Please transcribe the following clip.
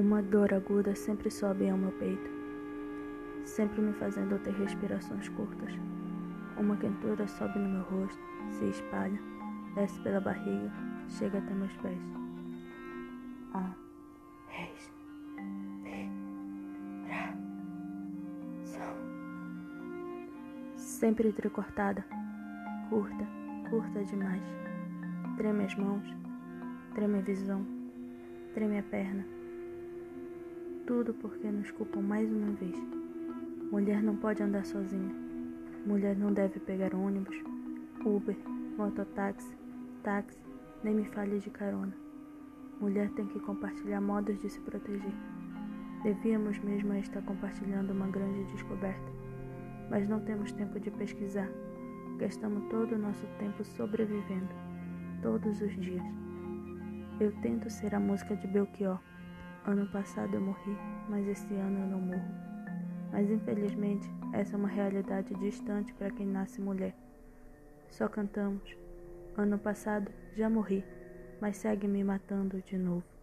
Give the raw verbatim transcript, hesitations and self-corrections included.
Uma dor aguda sempre sobe ao meu peito, sempre me fazendo ter respirações curtas. Uma quentura sobe no meu rosto, se espalha, desce pela barriga, chega até meus pés. A respiração. Sempre entrecortada, curta, curta demais. Treme as mãos, treme a visão, treme a perna. Tudo porque nos culpam mais uma vez. Mulher não pode andar sozinha. Mulher não deve pegar ônibus, Uber, mototáxi, táxi, nem me fale de carona. Mulher tem que compartilhar modos de se proteger. Devíamos mesmo estar compartilhando uma grande descoberta, mas não temos tempo de pesquisar. Gastamos todo o nosso tempo sobrevivendo, todos os dias. Eu tento ser a música de Belchior. Ano passado eu morri, mas esse ano eu não morro. Mas infelizmente, essa é uma realidade distante para quem nasce mulher. Só cantamos. Ano passado já morri, mas segue me matando de novo.